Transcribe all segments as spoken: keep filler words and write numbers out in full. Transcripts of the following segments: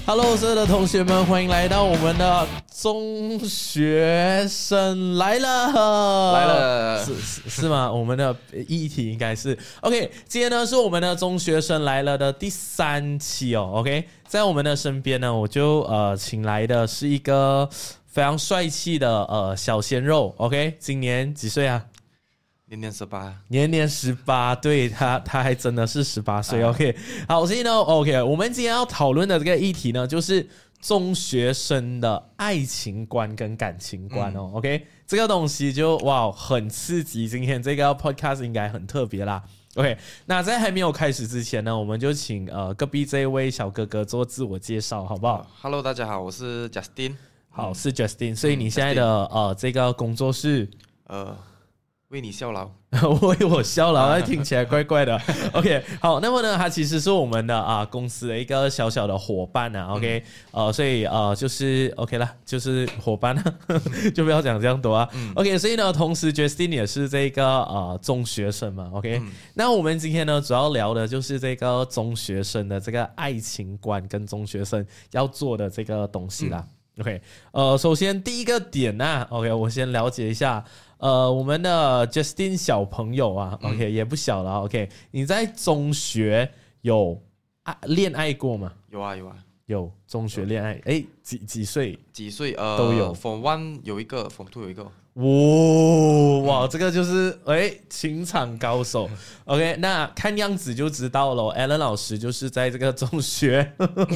Hello， 所有的同学们，欢迎来到我们的中学生来了， 来了， 是是是吗？我们的议题应该是 OK。今天呢是我们的中学生来了的第三期哦。OK， 在我们的身边呢，我就呃请来的是一个非常帅气的呃小鲜肉。OK， 今年几岁啊？ 年年十八， 年年十八，对他，他还真的是十八岁。OK， 好，所以呢 ，OK， 我们今天要讨论的这个议题呢，就是中学生的爱情观跟感情观哦。嗯、OK， 这个东西就哇很刺激，今天这个 podcast 应该很特别啦。OK， 那在还没有开始之前呢，我们就请呃隔壁这位小哥哥做自我介绍，好不好 ？Hello， 大家好，我是 Justin。 好，是 Justin， 所以你现在的、嗯、呃这个工作是呃。为你效劳， 为我效劳，听起来怪怪的。OK， 好，那么呢，他其实是我们的啊公司的一个小小的伙伴啊。OK，、嗯、呃，所以呃就是 OK 啦，就是伙伴就不要讲这样多啊。嗯、OK， 所以呢，同时 Justin 也是这个呃中学生嘛。OK，、嗯、那我们今天呢主要聊的就是这个中学生的这个爱情观跟中学生要做的这个东西啦。嗯、OK， 呃，首先第一个点啊 ，OK， 我先了解一下。呃，我们的 Justin 小朋友啊 ，OK，、嗯、也不小了 ，OK， 你在中学有爱恋爱过吗？ 有啊，有啊， 有中学恋爱，哎，几几岁？ 几岁？呃， 都有。 Form One 有一个 ，Form Two 有一个。 哇哇，这个就是哎情场高手。OK， 那看样子就知道了 ，Alan 老师就是在这个中学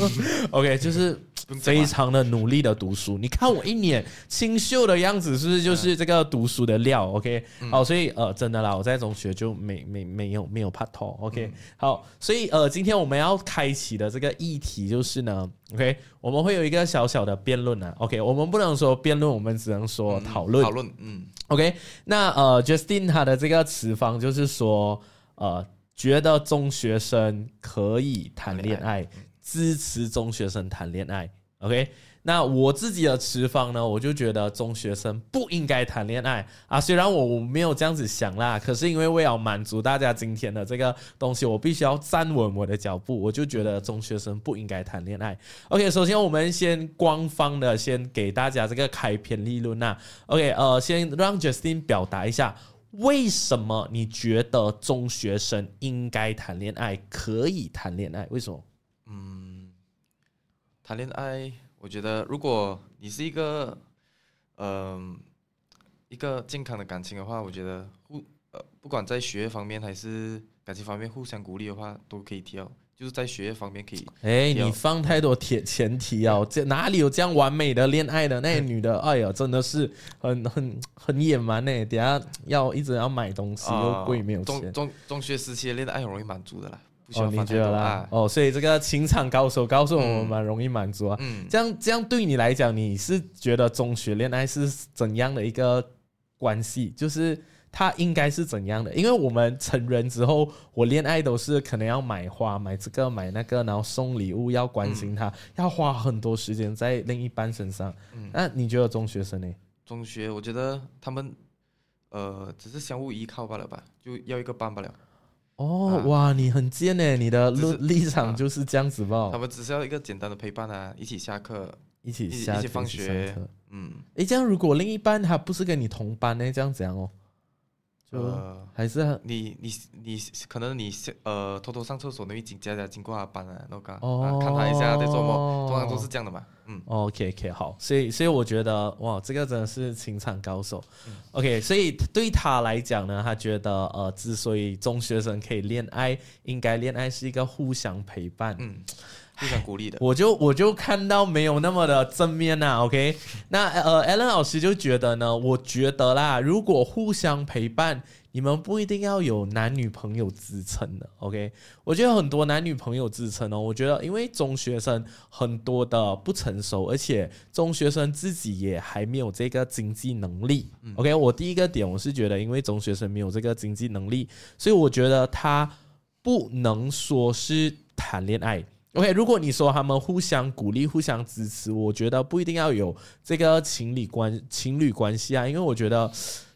，OK， 就是非常的努力的读书。你看我一脸清秀的样子，是不是就是这个读书的料 ？OK， 好，所以呃，真的啦，我在中学就没没没有没有拍拖 OK， 好，所以呃，今天我们要开启的这个议题就是呢 ，OK， 我们会有一个小小的辩论啊 ，OK， 我们不能说辩论，我们只能说讨论， 讨论。嗯 ，OK， 那呃 ，Justin 他的这个词方就是说，呃，觉得中学生可以谈恋爱，支持中学生谈恋爱 ，OK。那我自己的词方呢，我就觉得中学生不应该谈恋爱啊。虽然我我没有这样子想啦，可是因为为了满足大家今天的这个东西，我必须要站稳我的脚步，我就觉得中学生不应该谈恋爱。OK， 首先我们先官方的先给大家这个开篇立论啊。OK， 呃，先让 Justin 表达一下，为什么你觉得中学生应该谈恋爱，可以谈恋爱？为什么？ 嗯，谈恋爱。我觉得，如果你是一个，嗯、呃，一个健康的感情的话，我觉得互呃，不管在学业方面还是感情方面，互相鼓励的话，都可以提到。就是在学业方面可以。 哎，你放太多前前提啊！这哪里有这样完美的恋爱的？那些女的，哎呀，真的是很很很野蛮呢。等下要一直要买东西，又贵，没有钱。 中中中学时期的恋爱很容易满足的啦。 哦，你觉得啦？啊、哦，所以这个情场高手告诉我们蛮容易满足啊。 嗯， 这样这样对你来讲，你是觉得中学恋爱是怎样的一个关系？就是它应该是怎样的？因为我们成人之后，我恋爱都是可能要买花、买这个、买那个，然后送礼物，要关心他，嗯、要花很多时间在另一半身上。嗯，那你觉得中学生呢？ 中学，我觉得他们呃只是相互依靠罢了吧，就要一个伴罢了。 哦，啊、哇，你很贱耶，你的立场就是这样子吧、啊？ 他们只是要一个简单的陪伴啊，一起下课， 一起下课， 一起放学。 嗯，诶，这样如果另一半他不是跟你同班呢，这样怎样哦？就、呃、还是你你你可能你呃偷偷上厕所，那一经家家经过他班啊，那个、 哦啊、看他一下在做梦，通常都是这样的嘛。嗯 ，OK OK 好，所以所以我觉得哇，这个真的是情场高手。嗯、OK， 所以对他来讲呢，他觉得呃，之所以中学生可以恋爱，应该恋爱是一个互相陪伴。 嗯。互相鼓励的， 我就我就看到没有那么的正面啊 ，OK， 那呃 ，Alan 老师就觉得呢，我觉得啦，如果互相陪伴，你们不一定要有男女朋友之称的 ，OK， 我觉得很多男女朋友之称哦，我觉得因为中学生很多的不成熟，而且中学生自己也还没有这个经济能力、嗯、，OK， 我第一个点我是觉得，因为中学生没有这个经济能力，所以我觉得他不能说是谈恋爱。OK， 如果你说他们互相鼓励、互相支持，我觉得不一定要有这个情侣关情侣关系啊，因为我觉得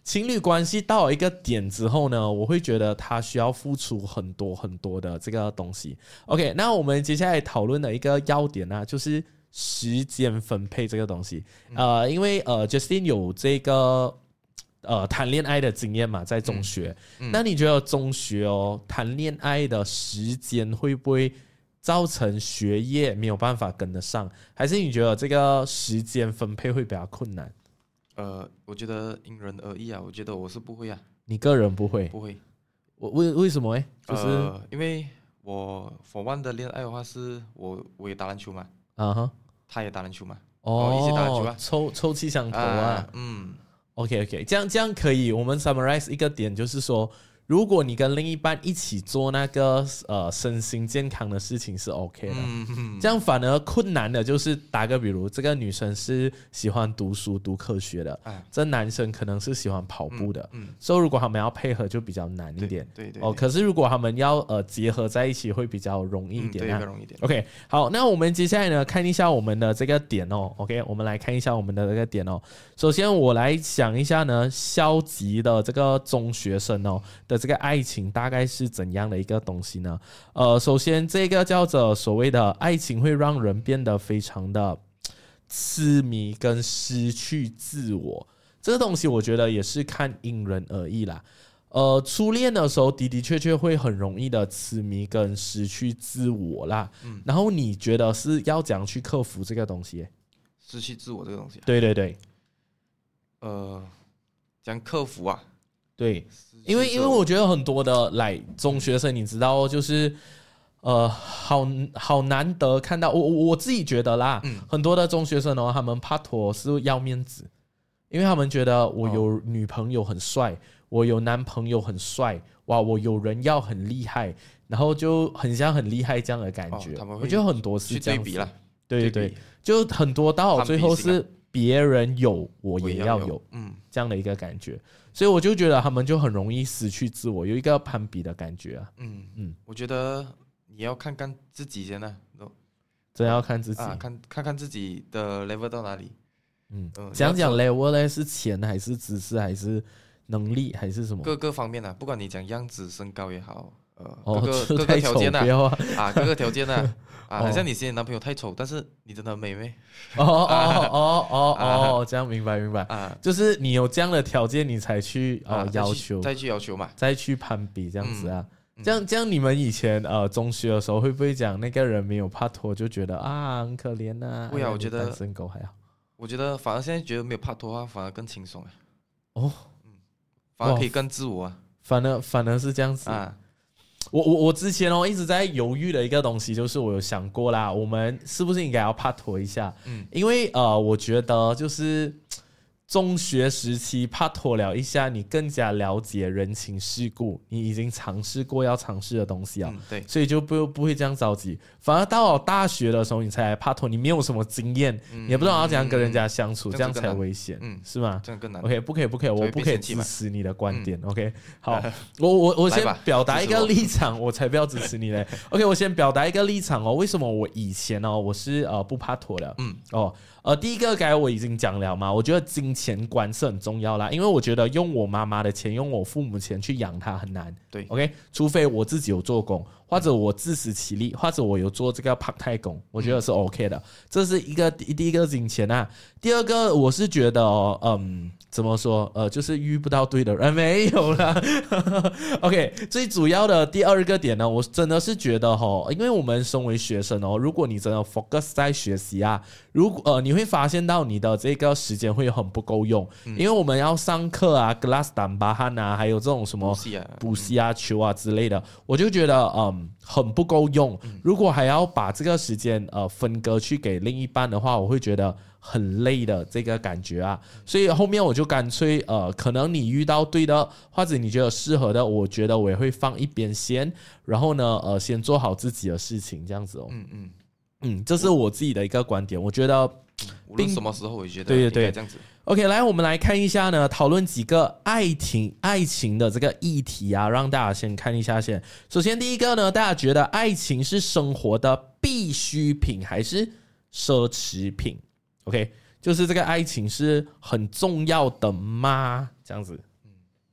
情侣关系到了一个点之后呢，我会觉得他需要付出很多很多的这个东西。OK， 那我们接下来讨论的一个要点呢、啊，就是时间分配这个东西。呃，因为呃，Justin 有这个呃谈恋爱的经验嘛，在中学。嗯嗯、那你觉得中学哦谈恋爱的时间会不会造成学业没有办法跟得上？还是你觉得这个时间分配会比较困难？ 呃，我觉得因人而异啊。我觉得我是不会啊。 你个人不会？ 不会。 我为为什么？哎，就是、 呃、因为我 for one 的恋爱的话，是我我也打篮球嘛，啊哈，他也打篮球嘛，哦，一起打篮球啊， 臭臭气相投啊。啊嗯 ，OK OK， 这样这样可以。我们 summarize 一个点，就是说，如果你跟另一半一起做那个呃身心健康的事情是 OK 的，嗯嗯、这样反而困难的就是打个比如，这个女生是喜欢读书读科学的，啊、这男生可能是喜欢跑步的，嗯，嗯所以如果他们要配合就比较难一点， 对 对, 对哦。可是如果他们要呃结合在一起会比较容易一点、啊， 嗯、对，容易一点。 OK， 好，那我们接下来呢看一下我们的这个点哦 ，OK， 我们来看一下我们的这个点哦。首先我来想一下呢，消极的这个中学生哦的这个爱情大概是怎样的一个东西呢？呃，首先这个叫做所谓的爱情会让人变得非常的痴迷跟失去自我，这个东西我觉得也是看因人而异啦。呃，初恋的时候的的确确会很容易的痴迷跟失去自我啦。嗯，然后你觉得是要怎样去克服这个东西？ 失去自我这个东西、啊？ 对对对。 呃，讲克服啊？ 对，因为因为我觉得很多的来中学生，你知道，就是呃，好好难得看到我我自己觉得啦，嗯、很多的中学生哦，他们拍拖是要面子，因为他们觉得我有女朋友很帅，哦、我有男朋友很帅，哇，我有人要很厉害，然后就很像很厉害这样的感觉。哦、我觉得很多是这样子，对对对，就很多到最后是别人有我也要有，嗯，这样的一个感觉。所以我就觉得他们就很容易失去自我，有一个攀比的感觉啊。嗯嗯，我觉得你要看看自己先啊， 真要看自己啊，看看看自己的 level 到哪里。 嗯，讲讲 level 呢，是钱还是知识还是能力还是什么？ 各个方面啊，不管你讲样子、身高也好，呃， 哦、 各个各个条件啊， 啊，各个条件啊。啊，好像你现在男朋友太丑，但是你真的美没？ 哦哦哦哦哦，这样明白明白啊，就是你有这样的条件，你才去呃要求， 再去要求嘛， 再去攀比这样子啊。这样这样，你们以前呃中学的时候会不会讲那个人没有拍拖就觉得啊很可怜呐？ 会啊，我觉得单身狗还好。 我觉得反而现在觉得没有拍拖的话，反而更轻松哦，嗯，反而可以更自我啊。 反而反而是这样子啊。我我我之前哦一直在犹豫的一个东西，就是我有想过啦，我们是不是应该要拍拖一下？嗯，因为呃，我觉得就是中学时期拍拖了一下，你更加了解人情世故，你已经尝试过要尝试的东西啊、嗯， 对， 所以就不不会这样着急。反而到了大学的时候，你才来拍拖，你没有什么经验，嗯、也不知道要怎样跟人家相处，嗯、这样才危险，嗯，是吗？ 这样更难。 OK， 不可以，不可以，我不可以支持你的观点。嗯、OK， 好，我我我先表达一个立场，我才不要支持你嘞。OK， 我先表达一个立场哦。为什么我以前哦我是呃不拍拖的？嗯，哦。呃，第一个该我已经讲了嘛，我觉得金钱观是很重要啦，因为我觉得用我妈妈的钱，用我父母钱去养她很难。 对 ，OK， 除非我自己有做工，或者我自食其力，或者我有做这个part time工，我觉得是 OK 的。嗯、这是一个第一个金钱啊，第二个我是觉得哦，嗯。怎么说？呃，就是遇不到对的人，没有啦。OK， 最主要的第二个点呢，我真的是觉得齁，因为我们身为学生哦，如果你真的 focus 在学习啊，如果呃，你会发现到你的这个时间会很不够用，嗯、因为我们要上课啊 ，kelas tambahan 啊，还有这种什么补习啊、球啊之类的，我就觉得嗯很不够用。如果还要把这个时间呃分割去给另一半的话，我会觉得很累的这个感觉啊，所以后面我就干脆呃，可能你遇到对的，或者你觉得适合的，我觉得我也会放一边先，然后呢，呃，先做好自己的事情，这样子哦。嗯嗯嗯，这是我自己的一个观点，我觉得无论什么时候，我觉得对对对这样子。 OK， 来，我们来看一下呢，讨论几个爱情爱情的这个议题啊，让大家先看一下先。首先第一个呢，大家觉得爱情是生活的必需品还是奢侈品？OK， 就是这个爱情是很重要的吗？这样子，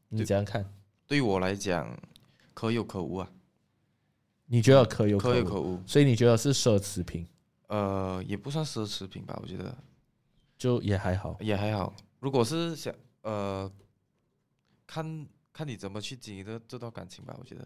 你怎样看？ 对于我来讲，可有可无啊。 你觉得可有可有可无， 所以你觉得是奢侈品？ 呃，也不算奢侈品吧，我觉得就也还好， 也还好。如果是想呃，看看你怎么去经营这这段感情吧，我觉得。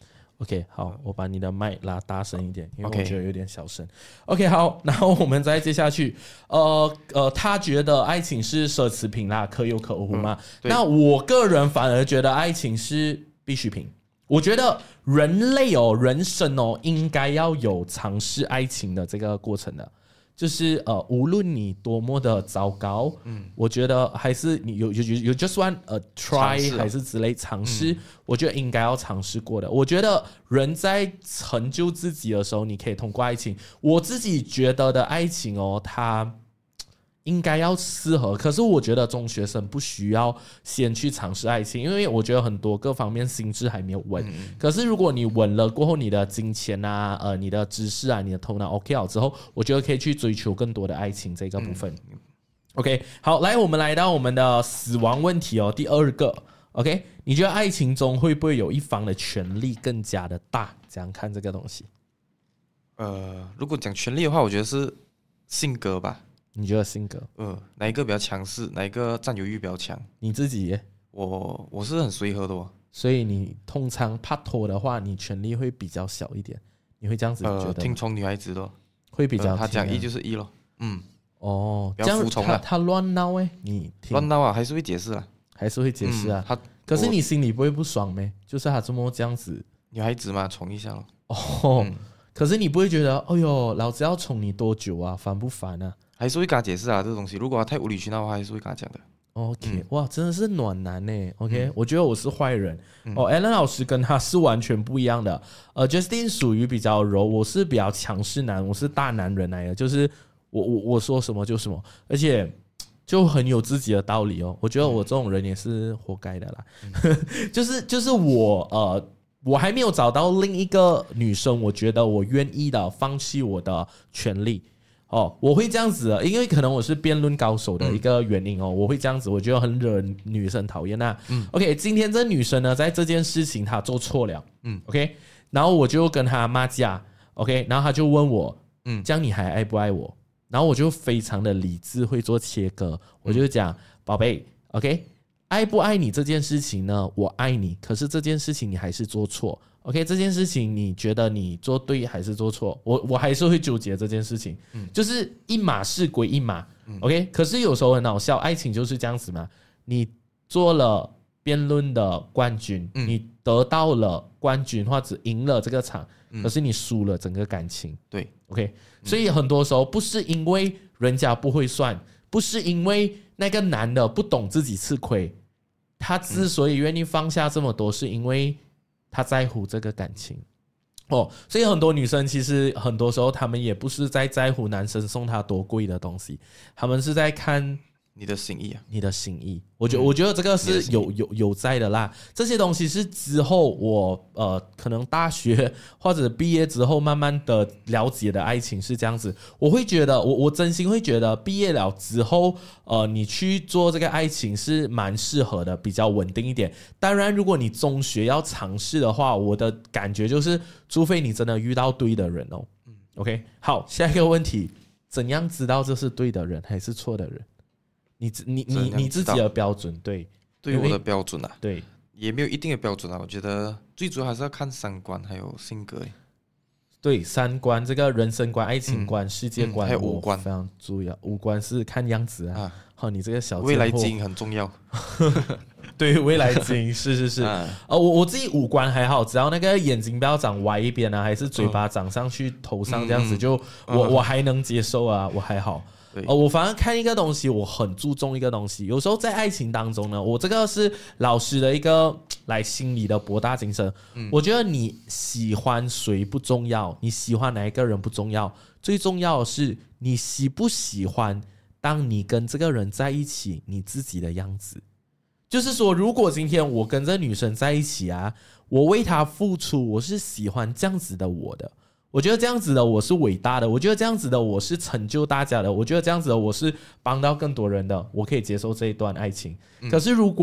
OK， 好，我把你的麦拉大声一点，因为 OK 我觉得有点小声。OK， 好，然后我们再接下去，呃呃，他觉得爱情是奢侈品啦，可有可无嘛、 嗯。 那我个人反而觉得爱情是必需品。我觉得人类哦，人生哦，应该要有尝试爱情的这个过程的。就是呃，无论你多么的糟糕，嗯，我觉得还是你有有有 just one 呃 try 还是之类尝试、嗯，我觉得应该要尝试过的。我觉得人在成就自己的时候，你可以通过爱情。我自己觉得的爱情哦，它应该要适合，可是我觉得中学生不需要先去尝试爱情，因为我觉得很多各方面心智还没有稳、嗯、可是如果你稳了过后，你的金钱啊、呃、你的知识啊、你的头脑 OK 好之后，我觉得可以去追求更多的爱情这个部分、嗯、OK， 好，来我们来到我们的死亡问题哦，第二个 OK， 你觉得爱情中会不会有一方的权力更加的大？怎样看这个东西？ 呃，如果讲权力的话，我觉得是性格吧。 你觉得性格？ 呃，哪一个比较强势？哪一个占有欲比较强？ 你自己耶？ 我我是很随和的哦。 所以你通常拍拖的话，你权力会比较小一点，你会这样子觉得吗？ 呃，听从女孩子的， 会比较、呃、 他讲一就是一咯。嗯， 哦， 比较服从他他乱闹哎，你乱闹啊，还是会解释啊， 还是会解释啊。 嗯、他可是你心里不会不爽咩？就是他这么这样子， 女孩子嘛，宠一下咯。 哦、嗯，可是你不会觉得，哎呦，老子要宠你多久啊？烦不烦啊？ 还是会跟他解释啊，这个东西，如果他太无理取闹的话，还是会跟他讲的。 OK，、嗯、哇，真的是暖男呢。OK，、嗯、我觉得我是坏人、嗯、哦。Alan 老师跟他是完全不一样的。呃 ，Justin 属于比较柔，我是比较强势男，我是大男人来的，就是我我我说什么就什么，而且就很有自己的道理哦。我觉得我这种人也是活该的啦。嗯、就是就是我呃，我还没有找到另一个女生，我觉得我愿意的放弃我的权利。哦，我会这样子的，因为可能我是辩论高手的一个原因哦，嗯、我会这样子，我觉得很惹女生讨厌呐。嗯 OK， 今天这女生呢，在这件事情她做错了，嗯 ，OK， 然后我就跟她骂架 ，OK， 然后她就问我，嗯，这样你还爱不爱我？然后我就非常的理智，会做切割，我就讲，宝贝 ，OK， 爱不爱你这件事情呢，我爱你，可是这件事情你还是做错。OK， 这件事情你觉得你做对还是做错？我我还是会纠结这件事情，嗯、就是一码事归一码。嗯、OK， 可是有时候很好笑，爱情就是这样子嘛。你做了辩论的冠军，嗯、你得到了冠军或者赢了这个场，嗯、可是你输了整个感情。 对 ，OK，、嗯、所以很多时候不是因为人家不会算，不是因为那个男的不懂自己吃亏，他之所以愿意放下这么多，是因为他在乎这个感情哦，所以很多女生其实很多时候她们也不是在在乎男生送她多贵的东西，她们是在看你的心意啊， 你的心意。我觉得、嗯、我觉得这个是有有有在的啦。这些东西是之后我呃可能大学或者毕业之后慢慢的了解的爱情是这样子。我会觉得我我真心会觉得毕业了之后呃你去做这个爱情是蛮适合的，比较稳定一点。当然如果你中学要尝试的话，我的感觉就是除非你真的遇到对的人哦。嗯 OK， 好，下一个问题，怎样知道这是对的人还是错的人？你你你你自己的标准，对对我的标准啊， 对， 也没有一定的标准啊。我觉得最主要还是要看三观还有性格。 对，三观，这个人生观、爱情观、嗯、世界观， 嗯、还有五官非常重要。五官是看样子啊，好、啊，你这个小未来基因很重要。 对，未来基因是是是。啊、呃，我我自己五官还好，只要那个眼睛不要长歪一边啊，还是嘴巴长上去、嗯、头上这样子，就、嗯、我、嗯、我还能接受啊，我还好。哦，我反而看一个东西，我很注重一个东西。有时候在爱情当中呢，我这个是老师的一个来心理的博大精深。嗯、我觉得你喜欢谁不重要，你喜欢哪一个人不重要，最重要的是你喜不喜欢当你跟这个人在一起你自己的样子。就是说，如果今天我跟这女生在一起啊，我为她付出，我是喜欢这样子的我的。我觉得这样子的我是伟大的，我觉得这样子的我是成就大家的，我觉得这样子的我是帮到更多人的，我可以接受这一段爱情。嗯、可是如果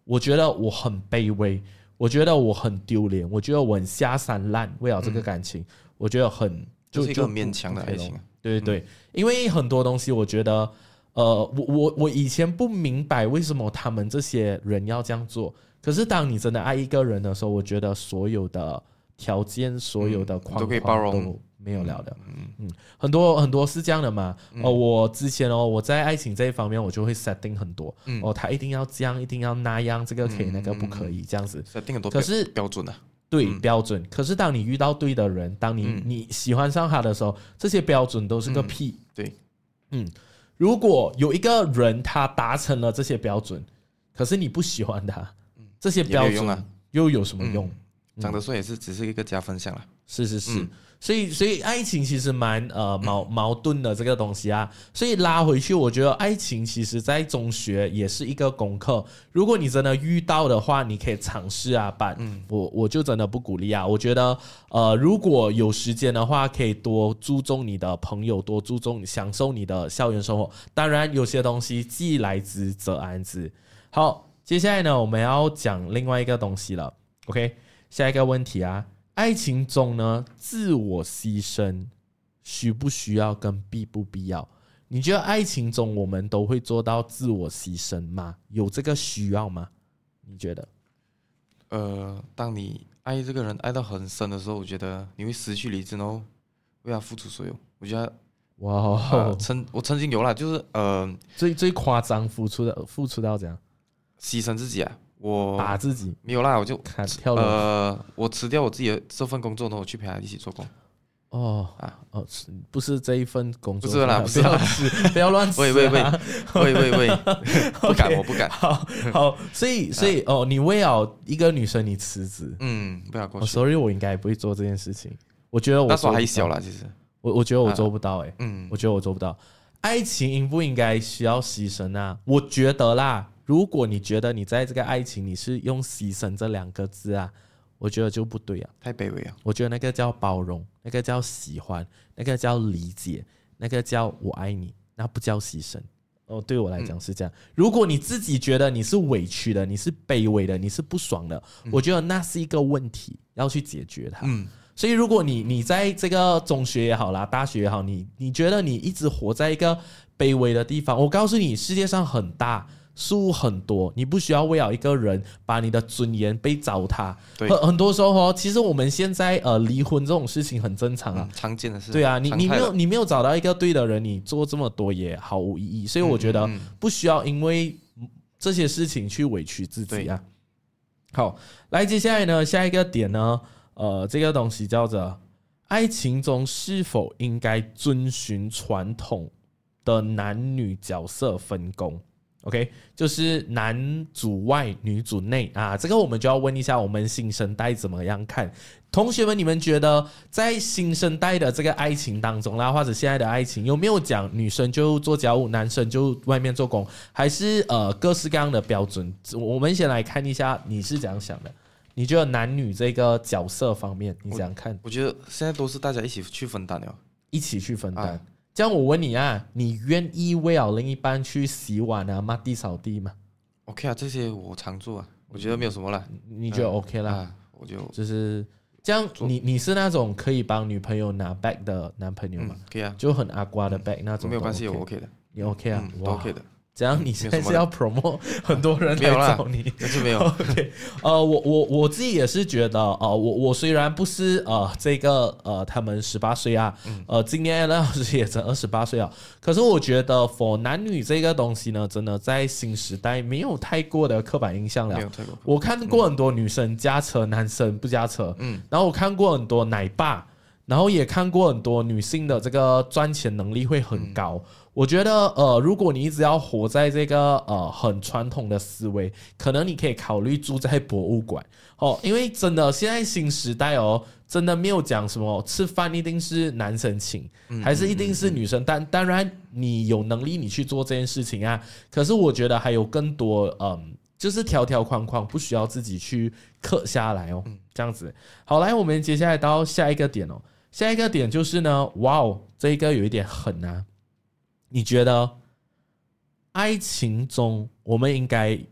我觉得我很卑微，我觉得我很丢脸，我觉得我很下三滥，为了这个感情，嗯、我觉得很就、就是一个勉强的爱情。 对对对、嗯，因为很多东西，我觉得，呃，我我我以前不明白为什么他们这些人要这样做，可是当你真的爱一个人的时候，我觉得所有的条件、所有的框框都没有了的。嗯嗯，很多很多是这样的嘛。嗯、哦，我之前哦，我在爱情这一方面，我就会 setting 很多。嗯、哦，他一定要这样，一定要那样，这个可以，嗯、那个不可以，这样子。 setting 很多， 可是标准啊。 对、嗯、标准，可是当你遇到对的人，当你、嗯、你喜欢上他的时候，这些标准都是个屁。 嗯、对， 嗯，如果有一个人他达成了这些标准，可是你不喜欢他，嗯、这些标准又有什么用？ 嗯、长得帅也是只是一个加分项啦。 是是是。嗯，所以，所以爱情其实蛮呃矛矛盾的这个东西啊。所以拉回去，我觉得爱情其实在中学也是一个功课。如果你真的遇到的话，你可以尝试啊办。嗯，我我就真的不鼓励啊。我觉得呃，如果有时间的话，可以多注重你的朋友，多注重享受你的校园生活。当然，有些东西既来之则安之。好，接下来呢，我们要讲另外一个东西了。OK， 下一个问题啊。爱情中呢，自我牺牲需不需要跟必不必要？你觉得爱情中我们都会做到自我牺牲吗？有这个需要吗？你觉得？ 呃，当你爱这个人爱到很深的时候，我觉得你会失去理智，然后为他付出所有。我觉得， 哇、哦呃，曾我曾经有啦，就是呃， 最最夸张付出的付出到这样， 牺牲自己啊。我打自己没有啦，我就跳楼。 呃，我辞掉我自己的这份工作，然后我去陪他一起做工。 哦啊哦，不是这一份工作， 不是啦，不是啦， 不要乱吃， 喂喂喂喂喂喂，不敢，我不敢。 好，好，所以所以哦，你为了一个女生你辞职， 嗯，不要过去。 Sorry， 我应该不会做这件事情。我觉得我那时候还小啦，其实我我觉得我做不到，哎，嗯，我觉得我做不到。爱情应不应该需要牺牲啊？我觉得啦。如果你觉得你在这个爱情你是用牺牲这两个字啊，我觉得就不对啊， 太卑微啊。 我觉得那个叫包容，那个叫喜欢，那个叫理解，那个叫我爱你，那不叫牺牲。哦，对我来讲是这样。嗯、如果你自己觉得你是委屈的，你是卑微的，你是不爽的，嗯、我觉得那是一个问题，要去解决它。嗯，所以如果你你在这个中学也好啦，大学也好，你你觉得你一直活在一个卑微的地方，我告诉你，世界上很大。书很多，你不需要为了一个人把你的尊严被糟蹋。 对， 很很多时候哦，其实我们现在呃离婚这种事情很正常啊， 嗯、常见的事。 对啊，你你没有你没有找到一个对的人，你做这么多也毫无意义。所以我觉得不需要因为这些事情去委屈自己啊。好，来接下来呢，下一个点呢，呃，这个东西叫做爱情中是否应该遵循传统的男女角色分工。OK， 就是男主外女主内啊，这个我们就要问一下我们新生代怎么样看。同学们，你们觉得在新生代的这个爱情当中啦，或者现在的爱情，有没有讲女生就做家务，男生就外面做工，还是呃各式各样的标准？我们先来看一下你是怎样想的？你觉得男女这个角色方面你怎样看？ 我, 我觉得现在都是大家一起去分担了， 一起去分担。啊，这样我问你啊，你愿意为了另一半去洗碗啊、抹地、扫地吗 ？OK 啊，这些我常做啊，我觉得没有什么啦。 你觉得 OK 啦？ 啊、我就就是这样。你你是那种可以帮女朋友拿 bag 的男朋友吗？ 嗯、可以啊， 就很阿瓜的 bag 那种、OK 嗯。 没有关系，我 OK 的。 你 OK 啊？ 嗯、都 OK 的。 这样你现在是要 promote 很多人来找你？ 但是没有。 OK， 呃，我我我自己也是觉得，呃，我我虽然不是呃这个呃他们十八岁啊，呃，今年呢老师也才二十八岁啊，可是我觉得 for 男女这个东西呢，真的在新时代没有太过的刻板印象了。 没有太过。 我看过很多女生驾车，男生不驾车，嗯，然后我看过很多奶爸。然后也看过很多女性的这个赚钱能力会很高，嗯、我觉得呃，如果你一直要活在这个呃很传统的思维，可能你可以考虑住在博物馆哦，因为真的现在新时代哦，真的没有讲什么吃饭一定是男生请，嗯、还是一定是女生，嗯、但当然你有能力你去做这件事情啊，可是我觉得还有更多嗯。就是条条框框不需要自己去刻下来哦，这样子。好，来我们接下来到下一个点哦。下一个点就是呢，哇哦，这个有一点狠啊。你觉得爱情中我们应该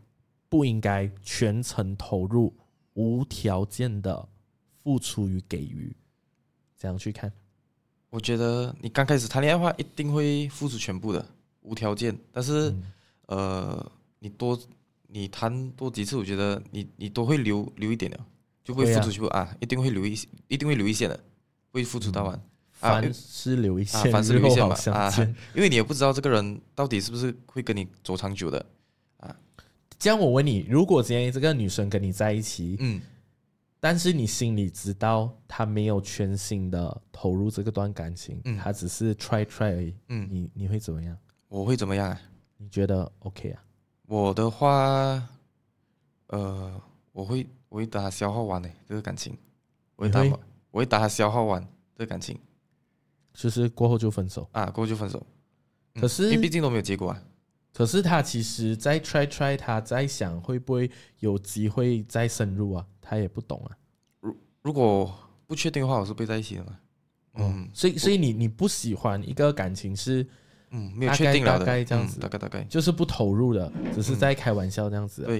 不应该全程投入，无条件的付出与给予？这样去看？ 我觉得你刚开始谈恋爱的话，一定会付出全部的，无条件。但是，嗯、呃，你多你谈多几次，我觉得你你都会留留一点的，就不会付出全部 啊, 啊，一定会留一一定会留一线的，会付出到完。嗯凡事留一线， 啊、凡事留一线嘛啊， 因为你也不知道这个人到底是不是会跟你走长久的啊。 这样我问你，如果今天这个女生跟你在一起，嗯，但是你心里知道她没有全心的投入这个段感情，嗯，她只是 try try 而已，嗯，你你会怎么样？ 我会怎么样、啊？ 你觉得 OK 啊？ 我的话，呃，我会我会打她消耗完的这个感情，我会打我会打她消耗完这个感情。 就是过后就分手啊，过后就分手。 嗯、可是因为毕竟都没有结果啊。 可是他其实在 try try， 他在想会不会有机会再深入啊？他也不懂啊。 如如果不确定的话，我是不会在一起的嘛。 嗯，嗯所以所以你你不喜欢一个感情是嗯没有确定了的， 大概这样子、 嗯，大概大概就是不投入的，只是在开玩笑这样子、啊嗯。 对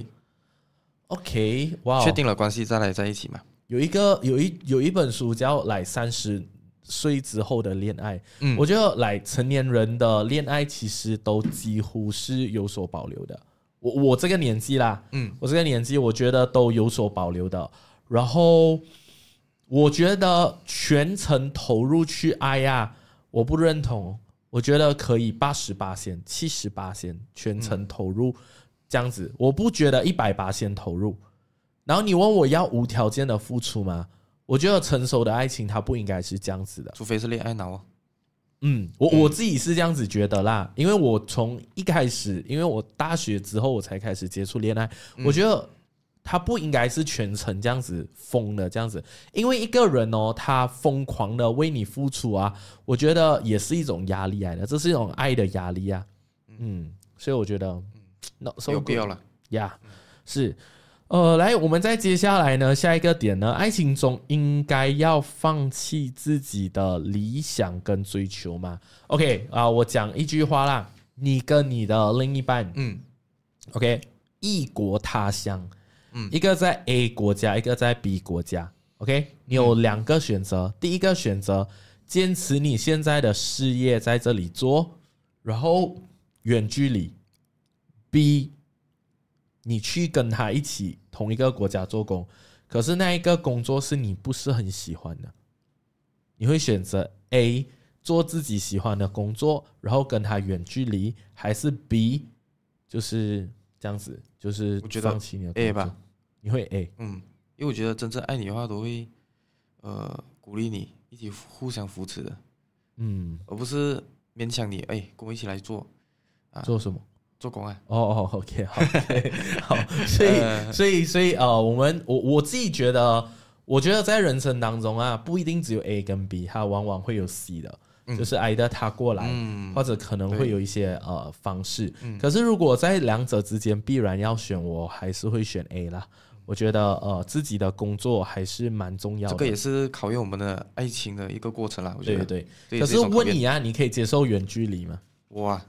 ，OK， 哇、wow ， 确定了关系再来在一起嘛。 有一个有一有一本书叫《来三十岁之后的恋爱》，嗯，我觉得来成年人的恋爱其实都几乎是有所保留的。我我这个年纪啦，嗯，我这个年纪我觉得都有所保留的。然后我觉得全程投入去爱呀，我不认同。我觉得可以八十八先、七十八先全程投入、嗯、这样子，我不觉得一百八先投入。然后你问我要无条件的付出吗？我觉得成熟的爱情它不应该是这样子的， 除非是恋爱脑哦。 嗯，我我自己是这样子觉得啦，因为我从一开始，因为我大学之后我才开始接触恋爱，嗯、我觉得他不应该是全程这样子疯的这样子，因为一个人哦，他疯狂的为你付出啊，我觉得也是一种压力来的，这是一种爱的压力啊。嗯，所以我觉得、嗯、no, so 有必要了呀， yeah, 是。呃，来，我们再接下来呢，下一个点呢，爱情中应该要放弃自己的理想跟追求吗 ？OK 啊、呃，我讲一句话啦，你跟你的另一半，嗯 ，OK， 异国他乡，嗯，一个在 A 国家，一个在 B 国家 ，OK， 你有两个选择，嗯、第一个选择坚持你现在的事业在这里做，然后远距离 ，B。你去跟他一起同一个国家做工，可是那一个工作是你不是很喜欢的，你会选择 A 做自己喜欢的工作，然后跟他远距离，还是 B 就是这样子，就是放弃你的工作 A 吧？ 你会 A？ 嗯，因为我觉得真正爱你的话，都会呃鼓励你一起互相扶持的，嗯，而不是勉强你，哎，跟我一起来做啊，做什么？ 做工啊！ 哦哦 ，OK， 好， okay, 好，所以，呃、所以，所以，呃，我们我我自己觉得，我觉得在人生当中啊，不一定只有 A 跟 B， 它往往会有 C 的，嗯、就是挨着他过来、嗯，或者可能会有一些呃方式、嗯。可是如果在两者之间必然要选，我还是会选 A 啦。我觉得呃自己的工作还是蛮重要的， 这个也是考验我们的爱情的一个过程啦。我觉得对对对。可是问你啊，你可以接受远距离吗？ 哇！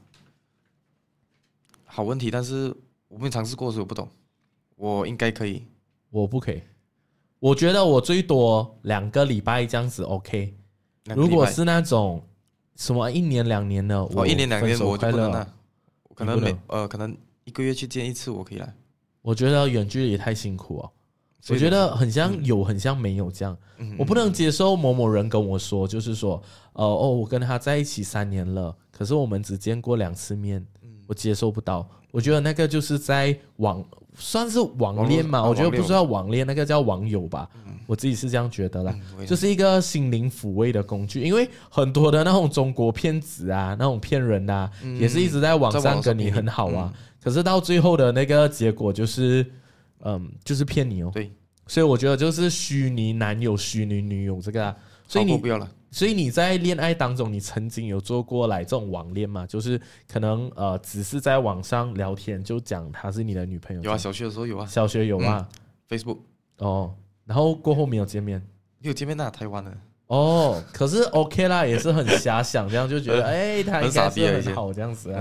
好问题，但是我没尝试过，所以我不懂。我应该可以， 我不可以。我觉得我最多两个礼拜这样子 OK。如果是那种什么一年两年的， 哦，一年两年我就不能了。可能每呃，可能一个月去见一次，我可以来。 我觉得远距离太辛苦哦。我觉得很像有，很像没有这样。嗯、我不能接受某某人跟我说，就是说，呃，哦，我跟他在一起三年了，可是我们只见过两次面。我接受不到，我觉得那个就是在网算是网恋嘛，我觉得不是叫网恋，那个叫网友吧，嗯、我自己是这样觉得啦，嗯、就是一个心灵抚慰的工具，因为很多的那种中国骗子啊，那种骗人啊，嗯、也是一直在网上跟你很好啊，嗯、可是到最后的那个结果就是，嗯，就是骗你哦。 对， 所以我觉得就是虚拟男友、虚拟女友这个啊，所以你不要了。 所以你在恋爱当中，你曾经有做过来这种网恋吗？就是可能呃，只是在网上聊天就讲她是你的女朋友。 有啊，小学的时候有啊。 小学有啊、 嗯、，Facebook。 哦，然后过后没有见面。 没有见面那台湾的。 哦，可是 OK 啦，也是很遐想，这样就觉得哎，他应该是很好这样子啊。嗯、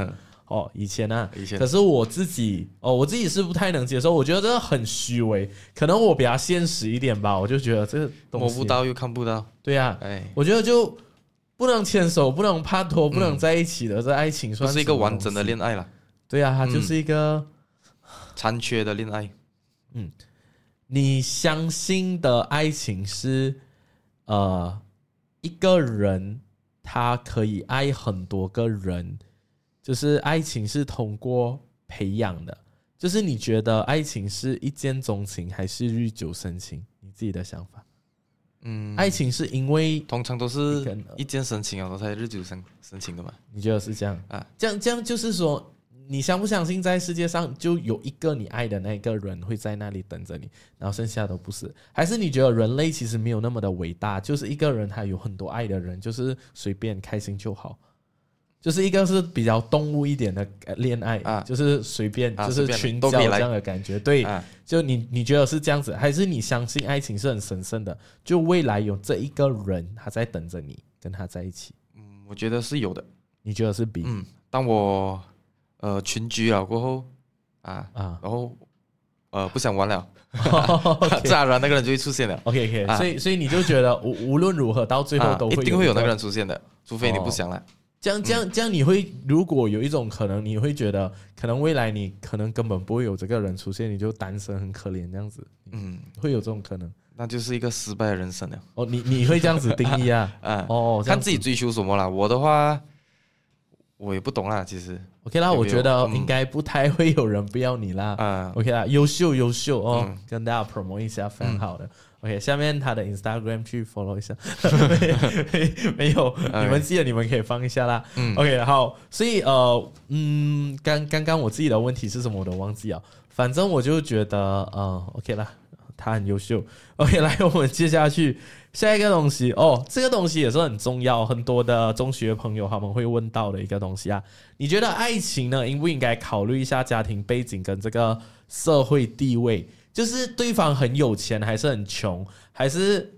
哦，以前啊， 以前可是我自己哦，我自己是不太能接受，我觉得这个很虚伪，可能我比较现实一点吧，我就觉得这个东西摸不到又看不到， 对呀、啊， 哎， 我觉得就不能牵手，不能拍拖，不能在一起的，这爱情算不是一个完整的恋爱了， 对啊，它就是一个、 嗯、残缺的恋爱。 嗯，你相信的爱情是呃一个人他可以爱很多个人。就是爱情是通过培养的，就是你觉得爱情是一见钟情还是日久生情？你自己的想法？嗯，爱情是因为通常都是一见生情啊，才日久生生情的嘛？ 你觉得是这样啊？ 这样这样就是说，你相不相信在世界上就有一个你爱的那个人会在那里等着你，然后剩下都不是？还是你觉得人类其实没有那么的伟大，就是一个人他有很多爱的人，就是随便开心就好？就是一个是比较动物一点的恋爱、啊、就是随便、啊、就是群交这样的感觉，对、啊、就你你觉得是这样子，还是你相信爱情是很神圣的，就未来有这一个人他在等着你跟他在一起？ 嗯，我觉得是有的。 你觉得是 B？ 嗯，当我呃群居了过后啊啊，然后呃不想玩了自然而然那个人就会出现了。 OK OK、啊、所以所以你就觉得无无论如何到最后都会、 啊、一定会有那个人出现的，除非你不想了、哦， 这样这样这样，你会如果有一种可能，你会觉得可能未来你可能根本不会有这个人出现，你就单身很可怜这样子，嗯，会有这种可能， 那就是一个失败的人生了。 哦，你你会这样子定义啊？啊，哦， 看自己追求什么啦。我的话，我也不懂啦，其实。 OK 啦，我觉得应该不太会有人不要你啦。啊 ，OK 啦，优秀优秀哦、嗯，跟大家 promote 一下，非常好的。嗯OK， 下面他的 Instagram 去 follow 一下，没有， okay. 你们记得你们可以放一下啦。嗯、OK， 好，所以呃，嗯，刚刚刚我自己的问题是什么我都忘记了，反正我就觉得呃 ，OK 啦，他很优秀。OK， 来，我们接下去下一个东西哦，这个东西也是很重要，很多的中学朋友他们会问到的一个东西啊。你觉得爱情呢，应不应该考虑一下家庭背景跟这个社会地位？就是对方很有钱还是很穷，还是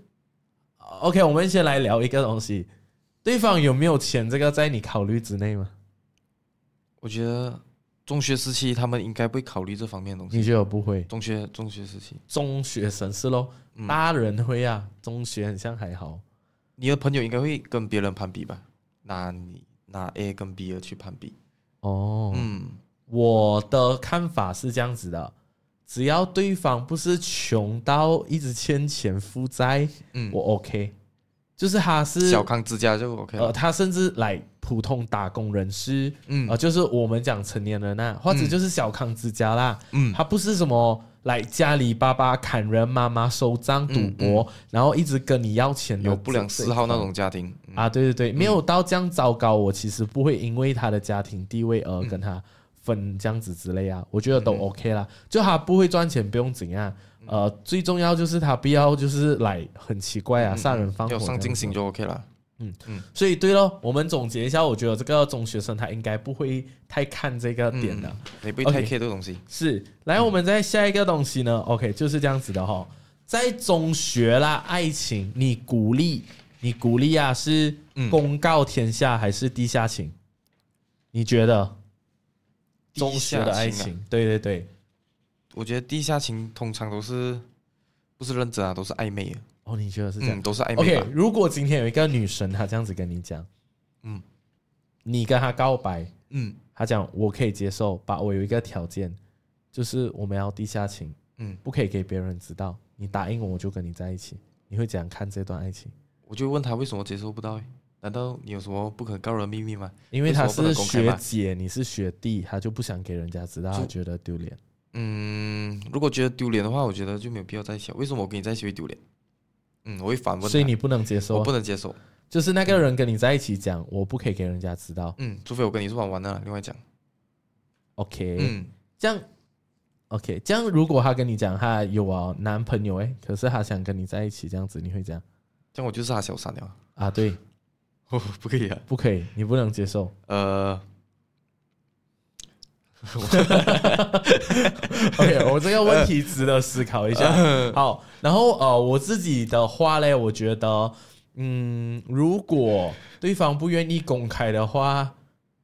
OK？ 我们先来聊一个东西，对方有没有钱，这个在你考虑之内吗？ 我觉得中学时期他们应该不会考虑这方面的东西。 你觉得不会？ 中学中学时期， 中学生是咯、嗯，大人会啊，中学很像还好。 你的朋友应该会跟别人攀比吧？拿你拿 A 跟 B 的去攀比。 哦，嗯，我的看法是这样子的。只要对方不是穷到一直欠钱负债，嗯，我 OK， 就是他是小康之家就 OK 了。 呃，他甚至来普通打工人士，嗯，呃，就是我们讲成年人啊，或者就是小康之家啦，嗯，他不是什么来家里爸爸砍人，妈妈收账赌博、嗯嗯，然后一直跟你要钱的， 有不良嗜好那种家庭、 嗯、啊，对对对，没有到这样糟糕，我其实不会因为他的家庭地位而跟他。分这样子之类啊，我觉得都 OK 啦。就他不会赚钱，不用怎样。呃，最重要就是他不要就是来很奇怪啊，杀人放火。 要上进心就 OK 了。 嗯嗯。所以对咯，我们总结一下，我觉得这个中学生他应该不会太看这个点的， 也不会太 care 这个东西。 是，来我们再下一个东西呢 ，OK， 就是这样子的哈。在中学啦，爱情，你鼓励你鼓励啊，是公告天下还是地下情？你觉得？中学的爱情、啊，对对对， 我觉得地下情通常都是不是认真啊，都是暧昧的。 哦，你觉得是这样？ 嗯、都是暧昧。 OK， 如果今天有一个女生，她这样子跟你讲，嗯，你跟她告白，嗯，她讲我可以接受，把我有一个条件，就是我们要地下情，嗯，不可以给别人知道，你答应我，我就跟你在一起。你会怎样看这段爱情？ 我就问她为什么接受不到、欸？难道你有什么不可告人的秘密吗？ 因为他是学姐，你是学弟，他就不想给人家知道，他觉得丢脸。 嗯，如果觉得丢脸的话，我觉得就没有必要在一起。为什么我跟你在一起会丢脸？嗯，我会反问他。 所以你不能接受？ 我不能接受。 就是那个人跟你在一起讲，我不可以给人家知道。 嗯，除非我跟你是玩玩的，另外讲。 OK， 嗯，这样 OK， 这样如果他跟你讲他有啊男朋友哎，可是他想跟你在一起，这样子你会这样？ 这样我就是他小三了啊？对。 哦，不可以啊！ 不可以，你不能接受。呃 ，OK， 我这个问题值得思考一下。好，然后呃，我自己的话呢，我觉得，嗯，如果对方不愿意公开的话，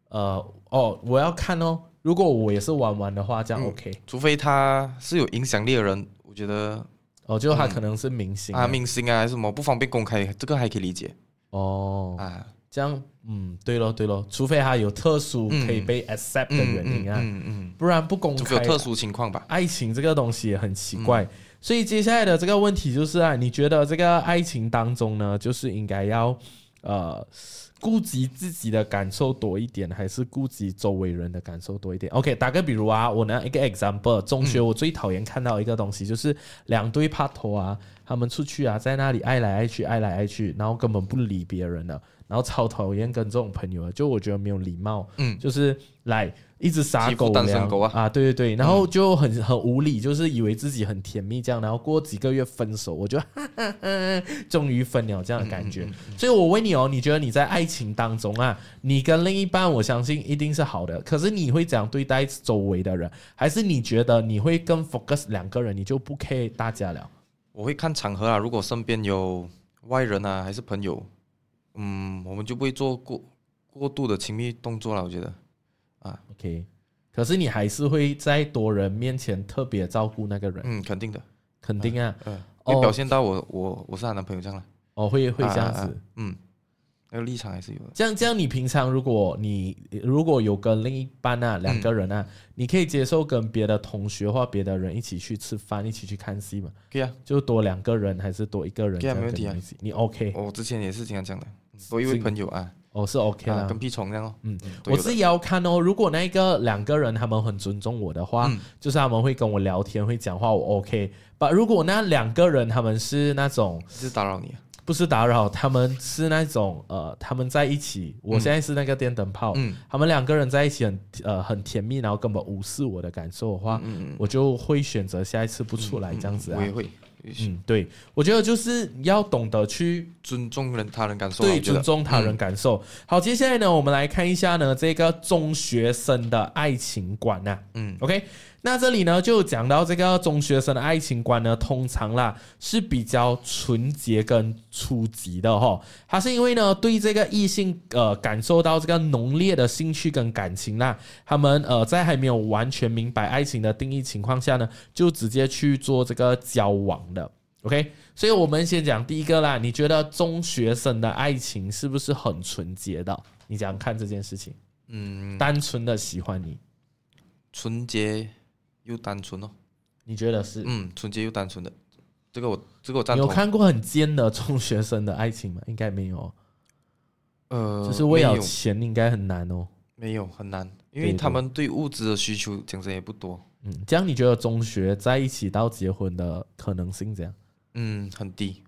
呃，哦，我要看哦。如果我也是玩玩的话，这样 OK、 嗯。除非他是有影响力的人，我觉得哦，就他可能是明星、 嗯、啊，明星啊，还是什么不方便公开，这个还可以理解。 哦， 啊， 这样，嗯，对咯对咯，除非他有特殊可以被 accept 的原因啊， 嗯嗯，嗯嗯不然不公开。 除非有特殊情况吧。 爱情这个东西也很奇怪。 嗯所以接下来的这个问题就是啊，你觉得这个爱情当中呢，就是应该要呃顾及自己的感受多一点，还是顾及周围人的感受多一点 ？OK， 打个比如啊，我拿一个 example， 中学我最讨厌看到一个东西，就是两对拍拖啊，他们出去啊，在那里爱来爱去，爱来爱去，然后根本不理别人了，然后超讨厌跟这种朋友的，就我觉得没有礼貌， 嗯， 就是来。一直撒狗单身狗啊啊，对对对，然后就很很无理，就是以为自己很甜蜜这样，然后过几个月分手，我就哈哈哈，终于分了这样的感觉。嗯嗯嗯嗯、所以我问你哦，你觉得你在爱情当中啊，你跟另一半，我相信一定是好的，可是你会怎样对待周围的人？还是你觉得你会更 focus 两个人，你就不 care 大家了？ 我会看场合啊，如果身边有外人啊，还是朋友，嗯，我们就不会做过过度的亲密动作了，我觉得。啊 ，OK， 可是你还是会在多人面前特别照顾那个人， 嗯，肯定的， 肯定啊， 嗯、呃，会表现到我我我是她男朋友这样了， 哦，会会这样子，啊啊啊嗯，那个立场还是有的。 这样这样，你平常如果你如果有跟另一半啊两个人啊，嗯、你可以接受跟别的同学或别的人一起去吃饭，一起去看戏吗？ 可以啊， 就多两个人还是多一个人？ 可以啊，没问题啊， 你 OK？ 我之前也是经常讲的，多一位朋友啊。 哦，是 OK 啦、 啊，跟屁虫这样哦。 嗯，我自己要看哦。如果那个两个人他们很尊重我的话，嗯、就是他们会跟我聊天，会讲话，我 OK。但如果那两个人他们是那种是打扰你、啊， 不是打扰，他们是那种呃，他们在一起。我现在是那个电灯泡，嗯、他们两个人在一起很呃很甜蜜，然后根本无视我的感受的话，嗯嗯、我就会选择下一次不出来、嗯、这样子、啊。 我也会。 嗯，对，我觉得就是要懂得去尊重人他人感受， 对，尊重他人感受。嗯、好，接下来呢，我们来看一下呢这个中学生的爱情观啊。嗯 ，OK， 那这里呢就讲到这个中学生的爱情观呢，通常啦是比较纯洁跟初级的哈。他是因为呢对这个异性呃感受到这个浓烈的兴趣跟感情啦，他们呃在还没有完全明白爱情的定义情况下呢，就直接去做这个交往的。OK， 所以我们先讲第一个啦。你觉得中学生的爱情是不是很纯洁的？你怎样看这件事情？嗯，单纯的喜欢你， 纯洁又单纯哦。 你觉得是？ 嗯，纯洁又单纯的，这个我这个我赞同。 你有看过很尖的中学生的爱情吗？应该没有。呃，就是为了钱，应该很难哦。 没有，很难，因为他们对物质的需求讲真也不多。 嗯，这样你觉得中学在一起到结婚的可能性怎样？ 嗯，很低。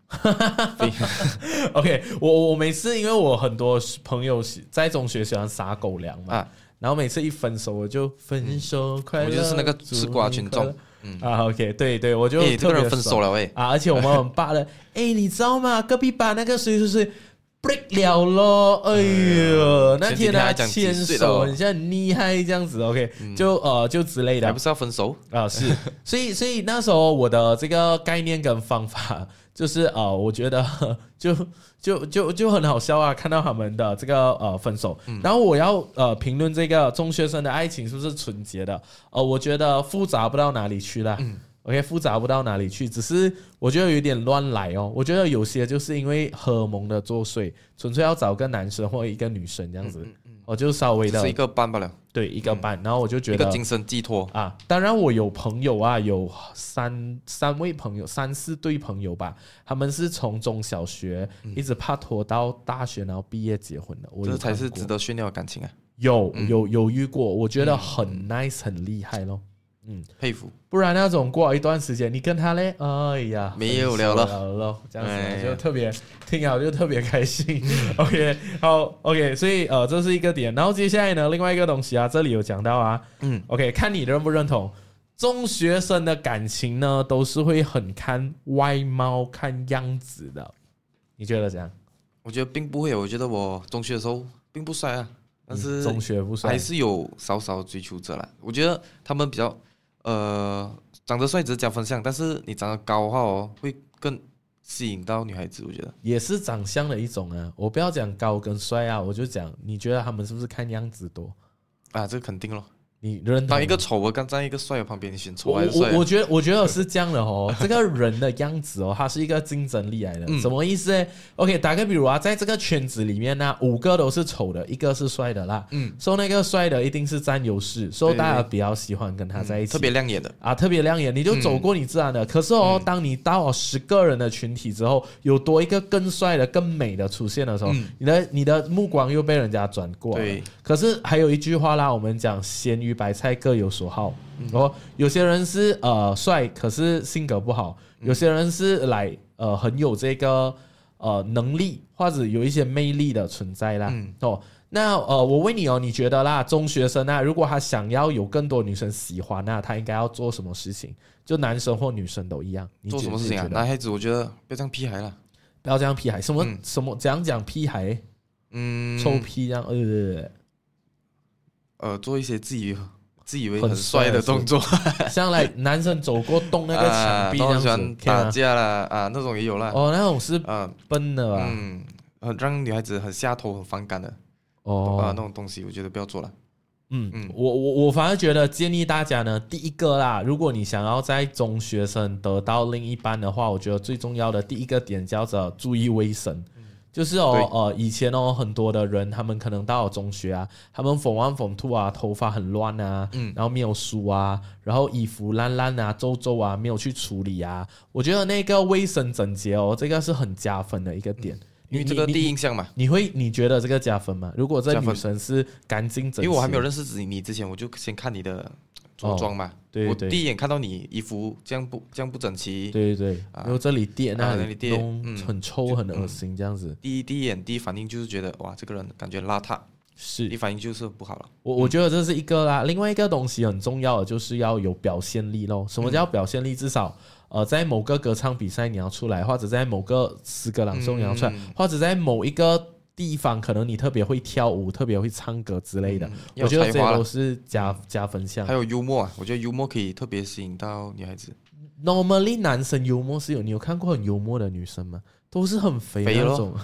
OK， 我我每次因为我很多朋友在中学喜欢撒狗粮嘛，啊、然后每次一分手我就分手快乐， 我就是那个吃瓜群众。 嗯啊 ，OK， 对对，我就特别这个人分手了喂啊，而且我们很霸了，哎，你知道吗？隔壁班那个谁谁谁 break 了咯，哎呦，那天他牵手很像很厉害这样子 ，OK，、嗯、就呃就之类的， 还不是要分手啊？是，所以所以那时候我的这个概念跟方法就是呃，我觉得就就就就很好笑啊，看到他们的这个呃分手，嗯、然后我要呃评论这个中学生的爱情是不是纯洁的？呃，我觉得复杂不到哪里去了。嗯OK， 复杂不到哪里去，只是我觉得有点乱来哦。我觉得有些就是因为荷尔蒙的作祟，纯粹要找个男生或一个女生这样子，嗯嗯嗯、我就稍微的是一个伴罢了， 对，一个伴。嗯、然后我就觉得一个精神寄托啊。当然，我有朋友啊，有三三位朋友，三四对朋友吧，他们是从中小学一直拍拖到大学，然后毕业结婚的。我这才是值得炫耀的感情啊！ 有有有遇过，我觉得很 nice，、嗯、很厉害咯。嗯， 佩服。 不然那种过了一段时间，你跟他嘞，哎呀， 没有聊了， 了这样子、哎、就特别听好就特别开心。OK， 好 ，OK， 所以呃这是一个点。然后接下来呢，另外一个东西啊，这里有讲到啊，嗯 ，OK， 看你认不认同。中学生的感情呢，都是会很看外貌、看样子的，你觉得怎样？ 我觉得并不会，我觉得我中学的时候并不帅啊，但是中学不帅， 还是有少少追求者啦。我觉得他们比较。呃，长得帅只是加分项，但是你长得高的话哦，会更吸引到女孩子，我觉得也是长相的一种啊。我不要讲高跟帅啊，我就讲你觉得他们是不是看样子多啊？这个肯定咯。 你认同当一个丑的跟站一个帅的旁边，你选丑还是帅？ 我我觉得我觉得是这样的哦，这个人的样子哦，它是一个竞争力来的。嗯、什么意思呢 ？OK， 打个比如啊，在这个圈子里面呢，五个都是丑的，一个是帅的啦。嗯，所以那个帅的一定是占优势，所以大家比较喜欢跟他在一起， 嗯、特别亮眼的啊，特别亮眼，你就走过你自然的。嗯、可是哦，嗯、当你到十个人的群体之后，有多一个更帅的、更美的出现的时候，嗯、你的你的目光又被人家转过来。对，可是还有一句话啦，我们讲咸鱼白菜各有所好，然后有些人是呃帅，可是性格不好；有些人是来呃很有这个呃能力或者有一些魅力的存在啦。嗯、哦，那呃我问你哦，你觉得啦，中学生啊，如果他想要有更多女生喜欢那、啊、他应该要做什么事情？就男生或女生都一样，你做什么事情啊？男孩子我觉得不要这样屁孩了， 不要这样屁孩，什么、嗯、什么怎样讲屁孩？嗯，臭屁这样呃呃做一些自己。自以为很帅的动作， 像来男生走过动那个墙壁这样子， 啊、打架啦啊，那种也有啦。 哦，那种是笨的吧？ 嗯，很让女孩子很下头、很反感的。哦，啊，那种东西我觉得不要做了。 嗯嗯，我我我反而觉得建议大家呢，第一个啦，如果你想要在中学生得到另一半的话，我觉得最重要的第一个点叫做注意卫生。就是哦，呃，以前哦，很多的人他们可能到了中学啊，他们form one form two啊，头发很乱啊，嗯，然后没有梳啊，然后衣服烂烂啊、皱皱啊，没有去处理啊。我觉得那个卫生整洁哦，这个是很加分的一个点，嗯、 因为这个第一印象嘛。 你会你觉得这个加分吗？如果这女生是干净整洁， 因为我还没有认识你之前，我就先看你的着装嘛。哦对对对，我第一眼看到你衣服这样不这样不整齐， 对对对，然后这里垫那里垫，嗯、很臭很恶心这样子。 第一第一眼第一反应就是觉得哇，这个人感觉邋遢， 是， 第一反应就是不好了。 我我觉得这是一个啦，另外一个东西很重要的就是要有表现力咯。什么叫表现力？至少呃，在某个歌唱比赛你要出来，或者在某个诗歌朗诵你要出来，嗯、或者在某一个地方可能你特别会跳舞，特别会唱歌之类的，嗯、我觉得这些都是加加分项。 还有幽默啊，我觉得幽默可以特别吸引到女孩子。 Normally 男生幽默是有，你有看过很幽默的女生吗？都是很肥的那种，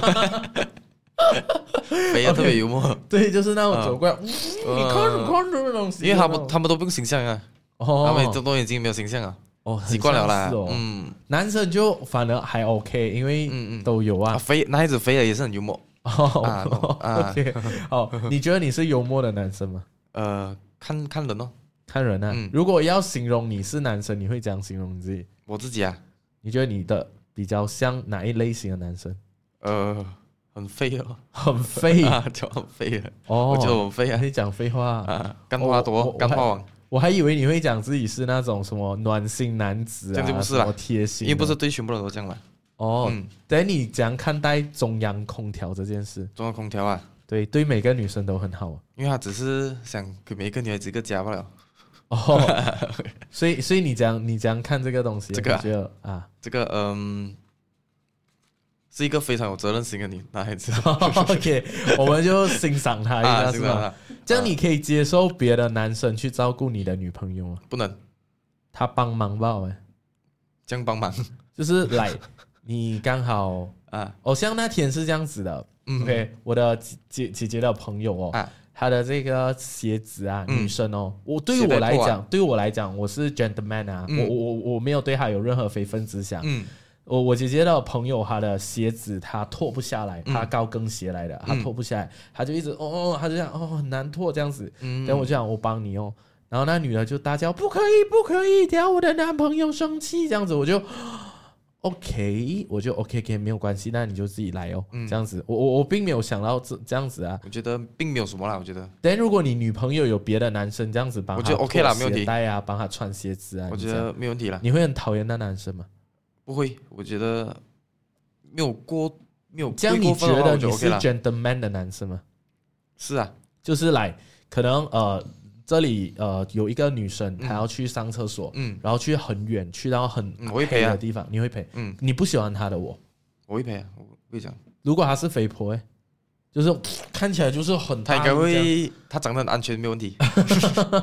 肥啊，特别幽默。 对，就是那种走过来，嗯、你看你看这个东西， 因为他们他们都不用形象啊，哦、他们这都已经没有形象啊。哦，习惯了啦。 哦、嗯，男生就反而还 OK， 因为都有啊。 啊肥男孩子肥了也是很幽默。 哦啊 ，OK， 好，你觉得你是幽默的男生吗？ 呃，看看人哦， 看人啊。嗯、如果要形容你是男生，你会怎样形容你自己？ 我自己啊， 你觉得你的比较像哪一类型的男生？ 呃，很废哦， 很废啊，就很废了。哦，我觉得我很废啊。 你讲废话啊，干话多，干话王。 我还以为你会讲自己是那种什么暖心男子啊， 这就不是啦， 贴心， 因为不是对全部人都这样啦。 哦，等、嗯、你怎样看待中央空调这件事？ 中央空调啊， 对，对每个女生都很好， 因为他只是想给每一个女孩子一个家罢了。 哦，所以所以你怎样你怎样看这个东西？ 这个啊， 觉得啊这个嗯，是一个非常有责任心的女男孩子。 OK， 我们就欣赏他一下，啊、是吧？这样你可以接受别的男生去照顾你的女朋友吗？ 不能， 他帮忙吧？哎， 这样帮忙就是来。你刚好啊，哦，像那天是这样子的、嗯、，OK， 我的姐姐姐的朋友哦，啊、她的这个鞋子啊，嗯、女生哦，我对于我来讲，啊、对于我来讲，我是 gentleman 啊，嗯、我我我没有对她有任何非分之想。嗯，我我姐姐的朋友，她的鞋子她脱不下来，她高跟鞋来的，她脱不下来，她就一直哦，她就这样哦，很难脱这样子。嗯，然后我就讲我帮你哦，然后那女的就大叫不可以不可以，等下我的男朋友生气这样子，我就。OK， 我就 OK， OK， 没有关系，那你就自己来哦，嗯、这样子，我我我并没有想到这这样子啊， 我觉得并没有什么啦，我觉得。 但如果你女朋友有别的男生这样子帮她脱鞋带啊，帮她穿鞋子啊， 我觉得没问题啦。 你会很讨厌那男生吗？ 不会，我觉得没有过没有。 这样你觉得你是 gentleman 的男生吗？ 是啊， 就是来可能呃。这里呃有一个女生，她要去上厕所，嗯，然后去很远，去到很黑的地方，嗯、你会陪？嗯，你不喜欢她的我， 我会陪啊，我会讲。 如果她是肥婆，哎，就是看起来就是很大， 她应该会，她长得很安全，没有问题。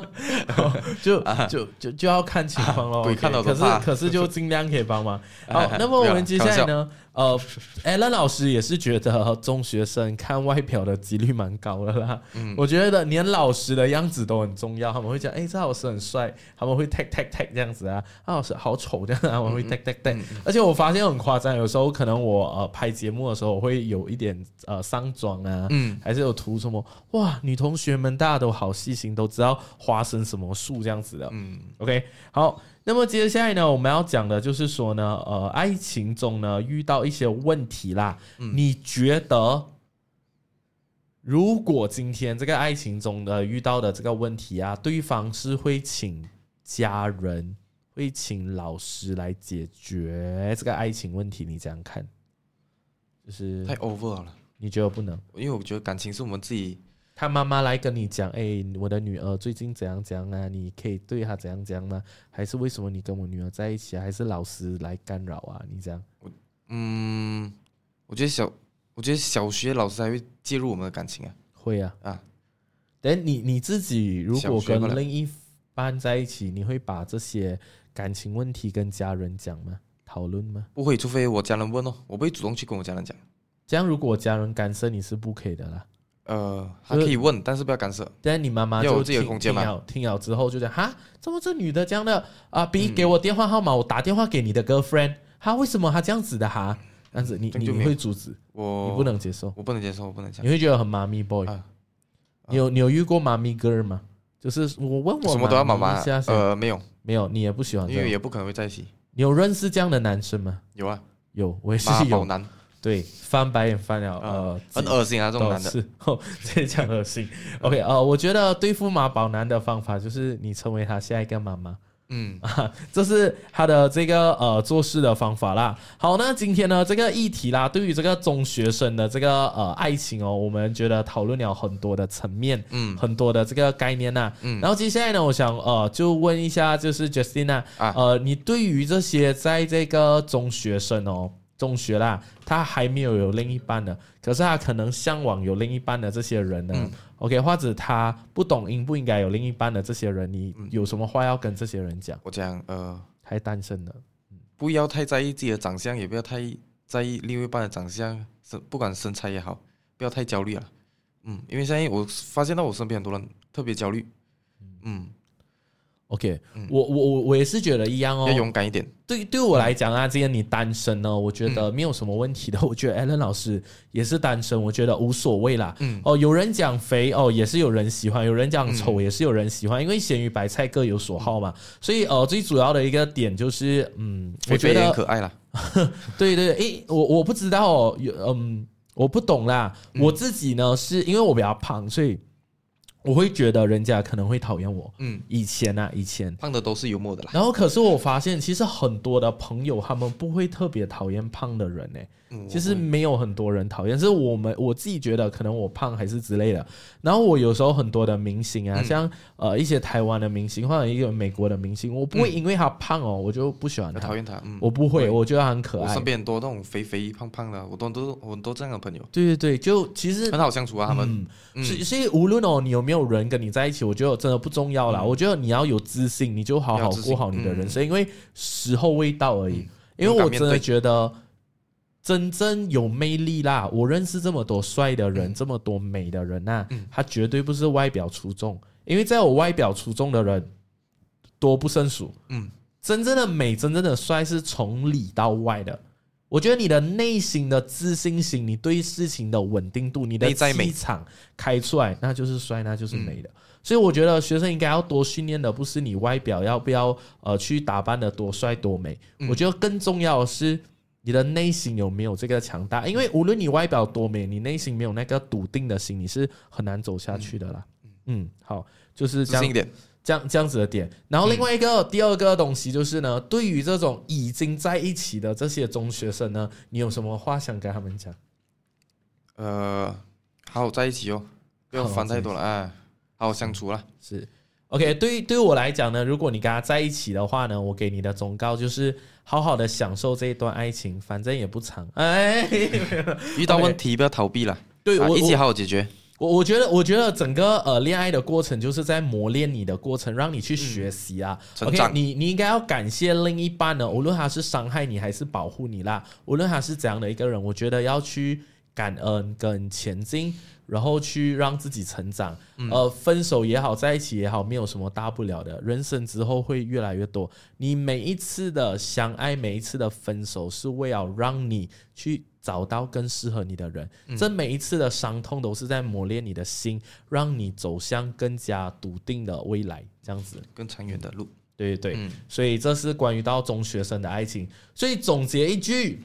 就就就就要看情况咯。 鬼看到可是都怕可是就尽量可以帮忙。好，那么我们接下来呢？呃 ，Alan 老师也是觉得中学生看外表的几率蛮高的啦。嗯，我觉得连老师的样子都很重要，他们会讲，哎，这老师很帅，他们会 tag tag tag 这样子啊，啊老师好丑这样，他们会 tag tag tag。而且我发现很夸张，有时候可能我呃拍节目的时候，我会有一点呃上妆啊，嗯，还是有涂什么，哇，女同学们大家都好细心，都知道花生什么树这样子的。嗯 ，OK， 好。那么接下来呢，我们要讲的就是说呢，呃，爱情中呢遇到一些问题啦。嗯、你觉得，如果今天这个爱情中的遇到的这个问题啊，对方是会请家人、会请老师来解决这个爱情问题，你怎样看？就是太 over 了， 你觉得不能？ 因为我觉得感情是我们自己。 他妈妈来跟你讲，哎，我的女儿最近怎样怎样啊？你可以对她怎样怎样吗？还是为什么你跟我女儿在一起啊？还是老师来干扰啊？你这样？ 我嗯，我觉得小，我觉得小学老师还会介入我们的感情啊。 会啊啊。 等你你自己如果跟另一半在一起，你会把这些感情问题跟家人讲吗？讨论吗？ 不会，除非我家人问哦，我不会主动去跟我家人讲。 这样如果家人干涉，你是不可以的啦。 呃，还可以问，但是不要干涉。 但你妈妈就要有自己的空间嘛。 听了听了之后就讲哈，怎么这女的这样的啊？比给我电话号码，我打电话给你的 girlfriend， 她为什么她这样子的哈？这样子你你会阻止？ 我你不能接受， 我不能接受，我不能讲。 你会觉得很妈咪 boy。你有你有遇过妈咪 girl 吗？就是我问我什么都要妈妈。 一下呃，没有没有，你也不喜欢， 因为也不可能会在一起。 你有认识这样的男生吗？ 有啊， 有，我也是有。 妈宝男。 对，翻白眼翻了，呃， 很恶心啊，这种男的， 是，这讲恶心。OK， 呃，我觉得对付妈宝男的方法就是你成为他下一个妈妈，嗯，这是他的这个呃做事的方法啦。好，那今天呢这个议题啦，对于这个中学生的这个呃爱情哦，我们觉得讨论了很多的层面，嗯，很多的这个概念呐，嗯，然后接下来呢，我想呃就问一下，就是 Justina，啊，呃，你对于这些在这个中学生哦。中学啦，他还没有有另一半的，可是他可能向往有另一半的这些人呢、嗯、，OK， 或者他不懂应不应该有另一半的这些人，你有什么话要跟这些人讲？ 我讲，呃， 还单身的， 不要太在意自己的长相，也不要太在意另一半的长相，不管身材也好，不要太焦虑啊。嗯，因为现在我发现到我身边很多人特别焦虑，嗯。 OK，、嗯、我我我也是觉得一样哦， 要勇敢一点。 对，对我来讲啊，今天你单身呢，我觉得没有什么问题的。嗯、我觉得 Alan 老师也是单身，我觉得无所谓啦。嗯，哦，有人讲肥哦，也是有人喜欢；有人讲丑，也是有人喜欢。嗯、因为咸鱼白菜各有所好嘛，所以呃，最主要的一个点就是，嗯，我觉得肥肥可爱啦。 对对，诶，我我不知道哦，有嗯，我不懂啦。嗯、我自己呢，是因为我比较胖，所以。我会觉得人家可能会讨厌我，嗯，以前啊，以前胖的都是幽默的啦。 然后可是我发现，其实很多的朋友他们不会特别讨厌胖的人呢、欸。嗯、其实没有很多人讨厌，是我们我自己觉得可能我胖还是之类的。然后我有时候很多的明星啊，嗯、像呃一些台湾的明星或者一个美国的明星，我不会因为他胖哦，我就不喜欢他， 讨厌他。嗯、我不会，我觉得他很可爱。 我身边很多那种肥肥胖胖的，我都都我都这样的朋友。 对对对，就其实很好相处啊，他们。 嗯、所以所以无论哦，你有没有人跟你在一起，我觉得真的不重要啦。嗯、我觉得你要有自信，你就好好过好你的人生，嗯、因为时候未到而已。嗯、因为我真的觉得。真正有魅力啦！我认识这么多帅的人，嗯、这么多美的人呐、啊，嗯、他绝对不是外表出众，因为在我外表出众的人多不胜数。嗯，真正的美，真正的帅是从里到外的。我觉得你的内心的自信心，你对事情的稳定度，你的气场开出来，那就是帅，那就是美的。嗯、所以我觉得学生应该要多训练的，不是你外表要不要呃去打扮的多帅多美，嗯、我觉得更重要的是。你的内心有没有这个强大？因为无论你外表多美，你内心没有那个笃定的心，你是很难走下去的啦。嗯, 嗯，好，就是这样，这样这样子的点。然后另外一个、嗯、第二个东西就是呢，对于这种已经在一起的这些中学生呢，你有什么话想跟他们讲？ 呃，好好在一起哦，不要烦太多了，哎，好好相处啦。 是。OK， 对于对于我来讲呢，如果你跟他在一起的话呢，我给你的忠告就是好好的享受这一段爱情，反正也不长。哎， 遇到问题不要逃避了， 对， 啊、一起好好解决。 我我我觉得，我觉得整个呃恋爱的过程就是在磨练你的过程，让你去学习啊。 嗯、成长 OK， 你你应该要感谢另一半呢，无论他是伤害你还是保护你啦，无论他是怎样的一个人，我觉得要去感恩跟前进，然后去让自己成长。嗯、呃，分手也好，在一起也好，没有什么大不了的，人生之后会越来越多。你每一次的相爱，每一次的分手，是为了让你去找到更适合你的人，嗯、这每一次的伤痛都是在磨练你的心，让你走向更加笃定的未来，这样子更长远的路。 对对对， 嗯、 所以这是关于到中学生的爱情。所以总结一句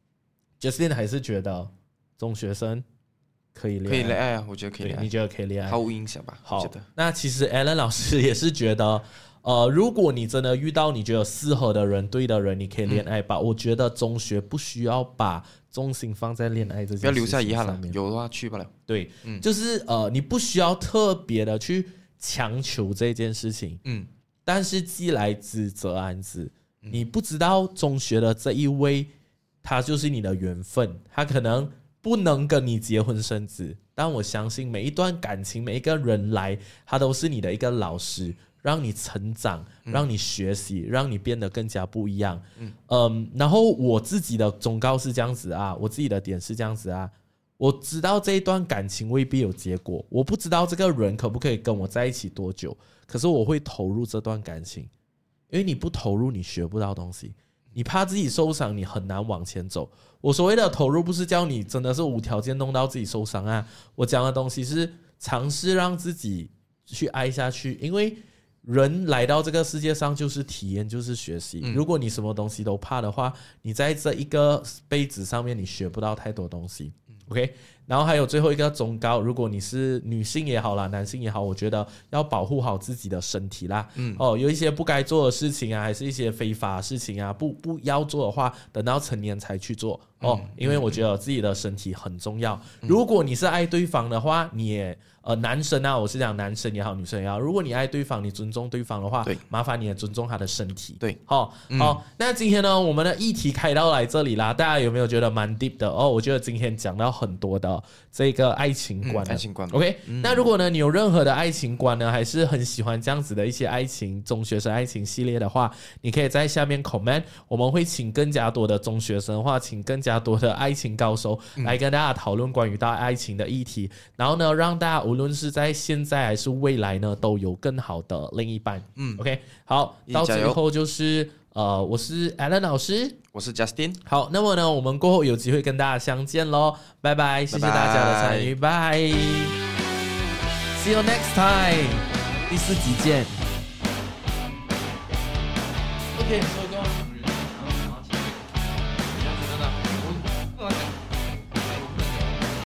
，Justin 还是觉得中学生可以恋爱， 可以恋爱啊，我觉得可以恋爱。 你觉得可以恋爱？ 毫无影响吧？ 好， 我觉得。 那其实 Alan 老师也是觉得。呃，如果你真的遇到你觉得适合的人、对的人，你可以恋爱吧。嗯、我觉得中学不需要把重心放在恋爱这件事情上面， 不要留下遗憾了。有的话去不了。 对，嗯、就是呃，你不需要特别的去强求这件事情。嗯，但是既来之则安之。嗯、你不知道中学的这一位，他就是你的缘分，他可能不能跟你结婚生子，但我相信每一段感情，每一个人来，他都是你的一个老师。让你成长，让你学习，嗯、让你变得更加不一样。嗯，嗯，然后我自己的忠告是这样子啊，我自己的点是这样子啊。我知道这一段感情未必有结果，我不知道这个人可不可以跟我在一起多久，可是我会投入这段感情，因为你不投入，你学不到东西。你怕自己受伤，你很难往前走。我所谓的投入，不是叫你真的是无条件弄到自己受伤啊。我讲的东西是尝试让自己去爱下去，因为人来到这个世界上就是体验，就是学习。嗯、如果你什么东西都怕的话，你在这一个杯子上面你学不到太多东西。嗯、OK， 然后还有最后一个忠告，如果你是女性也好啦，男性也好，我觉得要保护好自己的身体啦。嗯、哦，有一些不该做的事情啊，还是一些非法的事情啊，不不要做的话，等到成年才去做哦，嗯、因为我觉得自己的身体很重要。嗯、如果你是爱对方的话，你也。呃，男生啊，我是讲男生也好，女生也好，如果你爱对方，你尊重对方的话， 对， 麻烦你也尊重他的身体。 对， 好、哦， 嗯、 好，那今天呢，我们的议题开到来这里啦，大家有没有觉得蛮 deep 的哦？我觉得今天讲到很多的这个爱情观、 嗯，爱情观。 OK，、嗯、那如果呢，你有任何的爱情观呢，还是很喜欢这样子的一些爱情中学生爱情系列的话，你可以在下面 comment， 我们会请更加多的中学生的话，请更加多的爱情高手来跟大家讨论关于到爱情的议题，然后呢，让大家无论是在现在还是未来呢，都有更好的另一半。嗯 ，OK， 好，到最后就是呃，我是 Alan 老师， 我是 Justin。 好，那么呢，我们过后有机会跟大家相见咯，拜拜，谢谢大家的参与，拜 ，See you next time， 第四集见。OK，收工。